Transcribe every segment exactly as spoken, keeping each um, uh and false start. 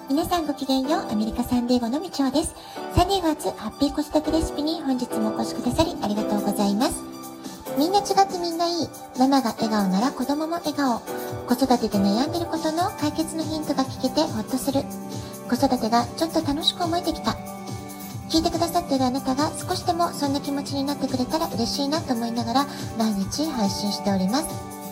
皆さんごきげんよう。アメリカサンディエゴのみちおです。サンディエゴ発ハッピー子育てレシピに本日もお越しくださりありがとうございます。みんな違ってみんないい。ママが笑顔なら子供も笑顔。子育てで悩んでることの解決のヒントが聞けてほっとする。子育てがちょっと楽しく思えてきた。聞いてくださっているあなたが少しでもそんな気持ちになってくれたら嬉しいなと思いながら毎日配信しております。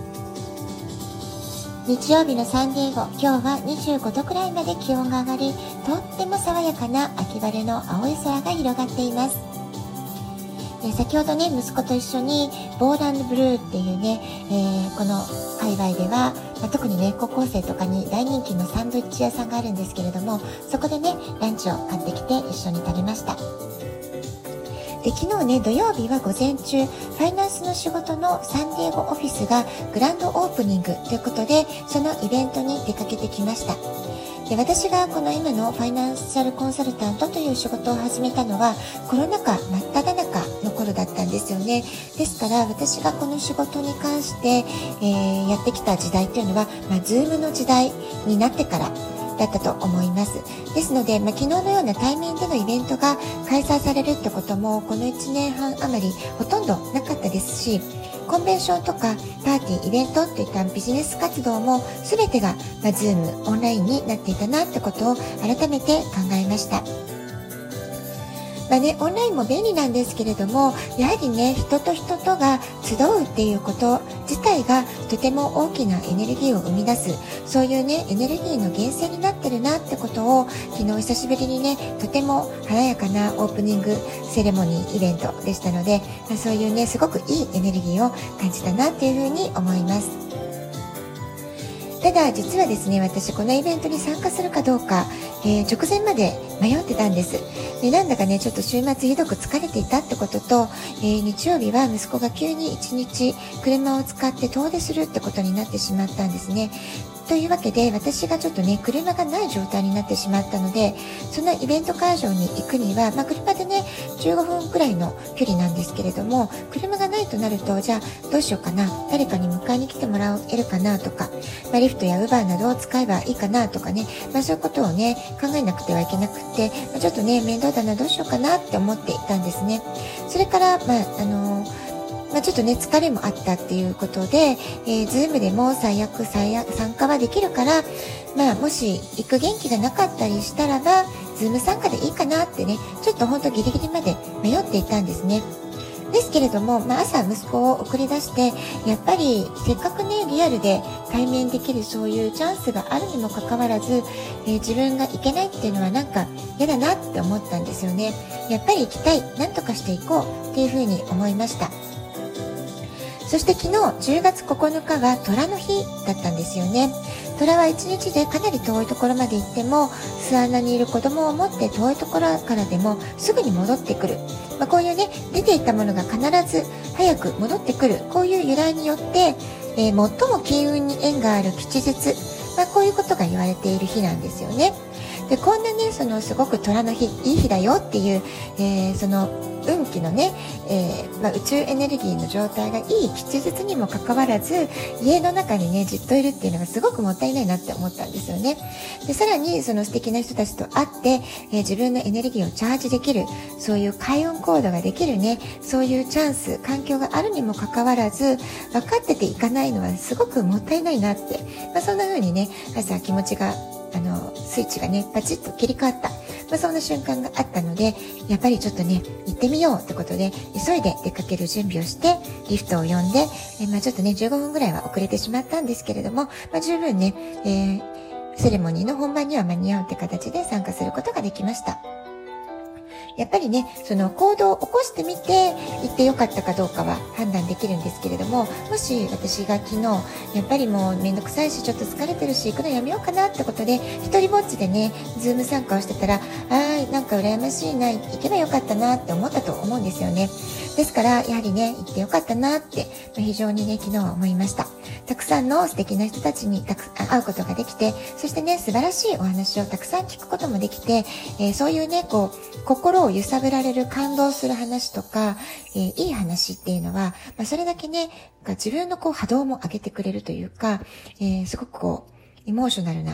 日曜日のサンディエゴ、今日はにじゅうごどくらいまで気温が上がり、とっても爽やかな秋晴れの青い空が広がっています。で先ほどね、息子と一緒にボーランドブルーっていうね、えー、この界隈では、まあ、特にね、高校生とかに大人気のサンドイッチ屋さんがあるんですけれども、そこでね、ランチを買ってきて一緒に食べました。で昨日ね、土曜日は午前中、ファイナンスの仕事のサンディエゴオフィスがグランドオープニングということで、そのイベントに出かけてきました。で私がこの今のファイナンシャルコンサルタントという仕事を始めたのはコロナ禍真っ只中の頃だったんですよね。ですから私がこの仕事に関して、えー、やってきた時代というのは、まあ、ズームの時代になってからだったと思います。ですので、まあ、昨日のような対面でのイベントが開催されるってこともこのいちねんはん余りほとんどなかったですし、コンベンションとかパーティー、イベントといったビジネス活動も全てが、まあ、ズーム、オンラインになっていたなってことを改めて考えました。まあね、オンラインも便利なんですけれども、やはりね、人と人とが集うっていうこと自体がとても大きなエネルギーを生み出す、そういうね、エネルギーの源泉になってるなってことを昨日久しぶりにね、とても華やかなオープニングセレモニーイベントでしたので、まあ、そういうね、すごくいいエネルギーを感じたなっていうふうに思います。ただ実はですね、私このイベントに参加するかどうか、えー、直前まで迷ってたんです。でなんだかね、ちょっと週末ひどく疲れていたってことと、えー、日曜日は息子が急にいちにち車を使って遠出するってことになってしまったんですね。というわけで私がちょっとね、車がない状態になってしまったので、そのイベント会場に行くには、まあ、車でねじゅうごふんくらいの距離なんですけれども、車がないとなると、じゃあどうしようかな、誰かに迎えに来てもらえるかなとか、まあ、リフトやウーバーなどを使えばいいかなとかね、まあ、そういうことをね考えなくてはいけなくて、まあ、ちょっとね面倒だな、どうしようかなって思っていたんですね。それから、まああのーまあ、ちょっとね疲れもあったっていうことで、えー、ズームでも最悪最悪参加はできるから、まあ、もし行く元気がなかったりしたらばズーム参加でいいかなってね、ちょっとほんとギリギリまで迷っていたんですね。ですけれども、まあ、朝息子を送り出して、やっぱりせっかくねリアルで対面できるそういうチャンスがあるにもかかわらず、えー、自分が行けないっていうのはなんか嫌だなって思ったんですよね。やっぱり行きたい、なんとかしていこうっていうふうに思いました。そして昨日じゅうがつここのかは虎の日だったんですよね。虎はいちにちでかなり遠いところまで行っても、巣穴にいる子供を持って遠いところからでもすぐに戻ってくる、まあ、こういうね出ていったものが必ず早く戻ってくる、こういう由来によって、えー、最も金運に縁がある吉日、まあ、こういうことが言われている日なんですよね。でこんなねそのすごく虎の日、いい日だよっていう、えー、その運気のね、えーまあ、宇宙エネルギーの状態がいい吉日にもかかわらず、家の中にねじっといるっていうのがすごくもったいないなって思ったんですよね。でさらにその素敵な人たちと会って、えー、自分のエネルギーをチャージできる、そういう開運行動ができるね、そういうチャンス環境があるにもかかわらず分かってていかないのはすごくもったいないなって、まあ、そんな風にね朝気持ちがあのスイッチがねパチッと切り替わった、まあ、そんな瞬間があったので、やっぱりちょっとね行ってみようってことで急いで出かける準備をしてリフトを呼んで、えまあ、ちょっとねじゅうごふんぐらいは遅れてしまったんですけれども、まあ、十分ね、えー、セレモニーの本番には間に合うって形で参加することができました。やっぱりねその行動を起こしてみて行ってよかったかどうかは判断できるんですけれども、もし私が昨日やっぱりもうめんどくさいしちょっと疲れてるし行くのやめようかなってことで一人ぼっちでねズーム参加をしてたら、あーなんか羨ましいな、行けばよかったなって思ったと思うんですよね。ですからやはりね行ってよかったなって非常にね昨日は思いました。たくさんの素敵な人たちにたく会うことができて、そしてね素晴らしいお話をたくさん聞くこともできて、えー、そういうねこう心を揺さぶられる感動する話とか、えー、いい話っていうのは、まあ、それだけね自分のこう波動も上げてくれるというか、えー、すごくこうエモーショナルな、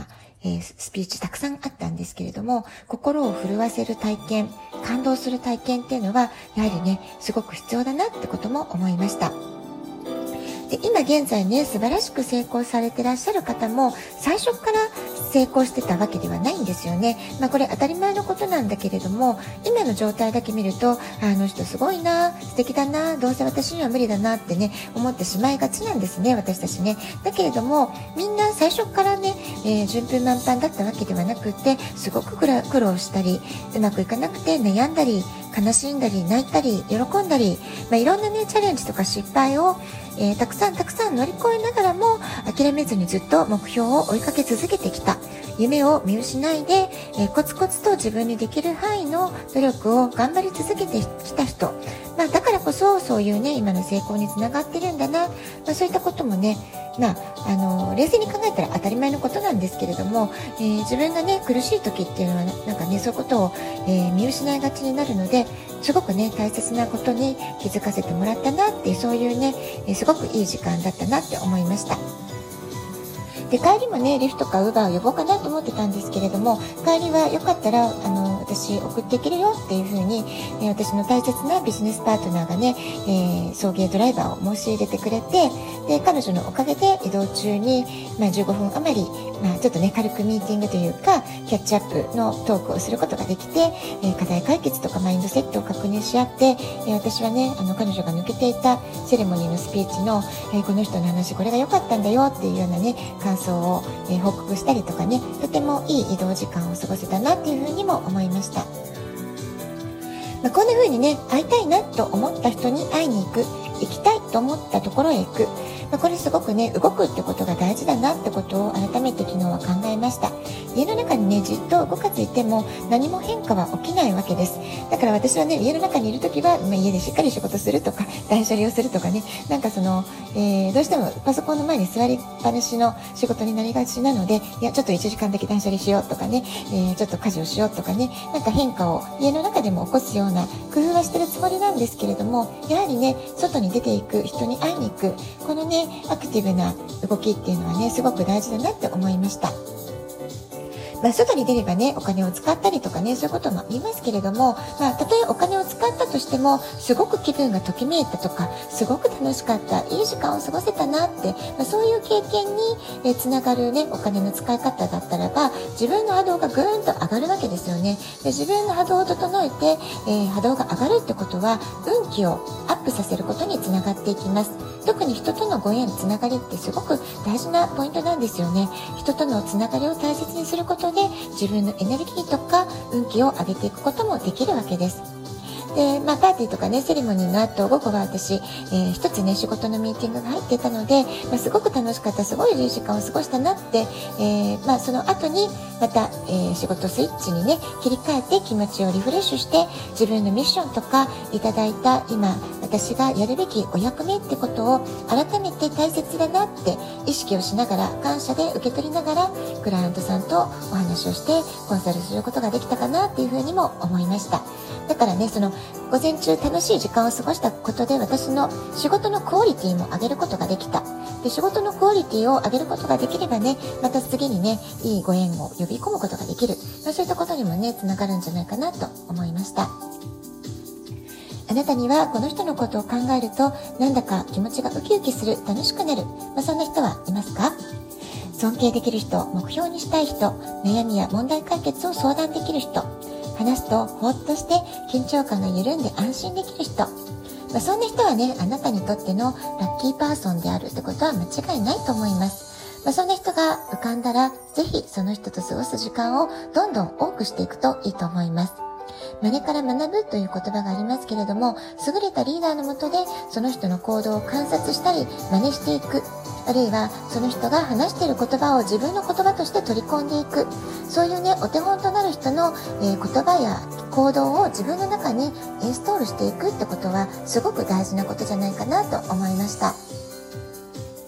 えー、スピーチたくさんあったんですけれども、心を震わせる体験、感動する体験っていうのはやはりね、すごく必要だなってことも思いました。で、今現在ね、素晴らしく成功されてらっしゃる方も最初から成功してたわけではないんですよね。まあこれ当たり前のことなんだけれども、今の状態だけ見ると、あの人すごいな、素敵だな、どうせ私には無理だなってね、思ってしまいがちなんですね、私たちね。だけれども、みんな最初からね、えー、順風満帆だったわけではなくって、すごく苦労したり、うまくいかなくて悩んだり、悲しんだり泣いたり喜んだり、まあ、いろんなねチャレンジとか失敗を、えー、たくさんたくさん乗り越えながらも諦めずにずっと目標を追いかけ続けてきた、夢を見失いで、えー、コツコツと自分にできる範囲の努力を頑張り続けてきた人、まあ、だからこそそういうね今の成功につながってるんだな、まあ、そういったこともね、まあ、あの冷静に考えたら当たり前のことなんですけれども、えー、自分がね苦しい時っていうのはなんかねそういうことを、えー、見失いがちになるので、すごくね大切なことに気づかせてもらったなっていう、そういうね、えー、すごくいい時間だったなって思いました。で、帰りもねリフトかウーバーを呼ぼうかなと思ってたんですけれども、帰りはよかったらあの私送っていけるよっていう風に、えー、私の大切なビジネスパートナーがね、えー、送迎ドライバーを申し入れてくれて、で彼女のおかげで移動中に、まあ、じゅうごふん余り、まあ、ちょっとね軽くミーティングというかキャッチアップのトークをすることができて、えー、課題解決とかマインドセットを確認し合って、えー、私はねあの彼女が抜けていたセレモニーのスピーチの、えー、この人の話これが良かったんだよっていうようなね感想を、えー、報告したりとかね、とてもいい移動時間を過ごせたなっていうふうにも思いました。まあ、こんな風にね会いたいなと思った人に会いに行く、行きたいと思ったところへ行く、まあ、これすごくね動くってことが大事だなってことを改めて昨日は考えました。家の中にねじっと動かずいても何も変化は起きないわけです。だから私はね家の中にいるときは、まあ、家でしっかり仕事するとか断捨離をするとかね、なんかその、えー、どうしてもパソコンの前に座りっぱなしの仕事になりがちなので、いやちょっといちじかんだけ断捨離しようとかね、えー、ちょっと家事をしようとかね、なんか変化を家の中でも起こすような工夫はしてるつもりなんですけれども、やはりね外に出ていく、人に会いに行く、このねアクティブな動きっていうのはねすごく大事だなって思いました。まあ、外に出ればねお金を使ったりとかねそういうこともありますけれども、まあ、たとえお金を使ったとしてもすごく気分がときめいたとかすごく楽しかった、いい時間を過ごせたなって、まあ、そういう経験にえつながるねお金の使い方だったらば、自分の波動がぐーんと上がるわけですよね。で自分の波動を整えて、えー、波動が上がるってことは運気をアップさせることにつながっていきます。特に人とのご縁、つながりってすごく大事なポイントなんですよね。人とのつながりを大切にすることで自分のエネルギーとか運気を上げていくこともできるわけです。で、まあ、パーティーとかねセレモニーの後午後は私、えー、一つね仕事のミーティングが入っていたので、まあ、すごく楽しかった、すごいいい時間を過ごしたなって、えーまあ、その後にまた、えー、仕事スイッチにね切り替えて気持ちをリフレッシュして自分のミッションとかいただいた今私がやるべきお役目ってことを改めて大切だなって意識をしながら、感謝で受け取りながらクライアントさんとお話をしてコンサルすることができたかなっていうふうにも思いました。だからねその午前中楽しい時間を過ごしたことで私の仕事のクオリティも上げることができた。で仕事のクオリティを上げることができればねまた次にねいいご縁を呼び込むことができる、まあ、そういったことにもねつながるんじゃないかなと思いました。あなたにはこの人のことを考えるとなんだか気持ちがウキウキする、楽しくなる、まあ、そんな人はいますか？尊敬できる人、目標にしたい人、悩みや問題解決を相談できる人、話すとほっとして緊張感が緩んで安心できる人、まあ、そんな人はねあなたにとってのラッキーパーソンであるってことは間違いないと思います。まあ、そんな人が浮かんだらぜひその人と過ごす時間をどんどん多くしていくといいと思います。真似から学ぶという言葉がありますけれども、優れたリーダーのもとでその人の行動を観察したり真似していく、あるいはその人が話している言葉を自分の言葉として取り込んでいく、そういうねお手本となる人の、えー、言葉や行動を自分の中にインストールしていくってことはすごく大事なことじゃないかなと思いました。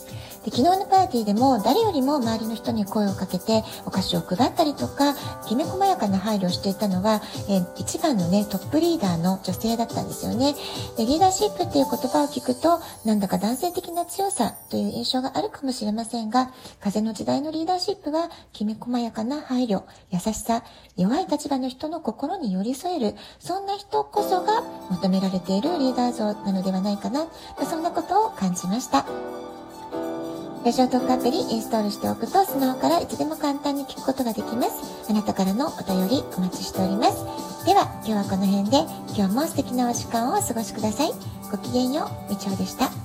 で、昨日のパーティーでも誰よりも周りの人に声をかけてお菓子を配ったりとか、きめ細やかな配慮をしていたのは、えー、一番のねトップリーダーの女性だったんですよね。で、リーダーシップっていう言葉を聞くと、なんだか男性的な強さという印象があるかもしれませんが、風の時代のリーダーシップはきめ細やかな配慮、優しさ、弱い立場の人の心に寄り添える、そんな人こそが求められているリーダー像なのではないかな、まあ、そんなことを感じました。ラジオトークアプリインストールしておくと、スマホからいつでも簡単に聞くことができます。あなたからのお便りお待ちしております。では今日はこの辺で、今日も素敵なお時間をお過ごしください。ごきげんよう、みちおでした。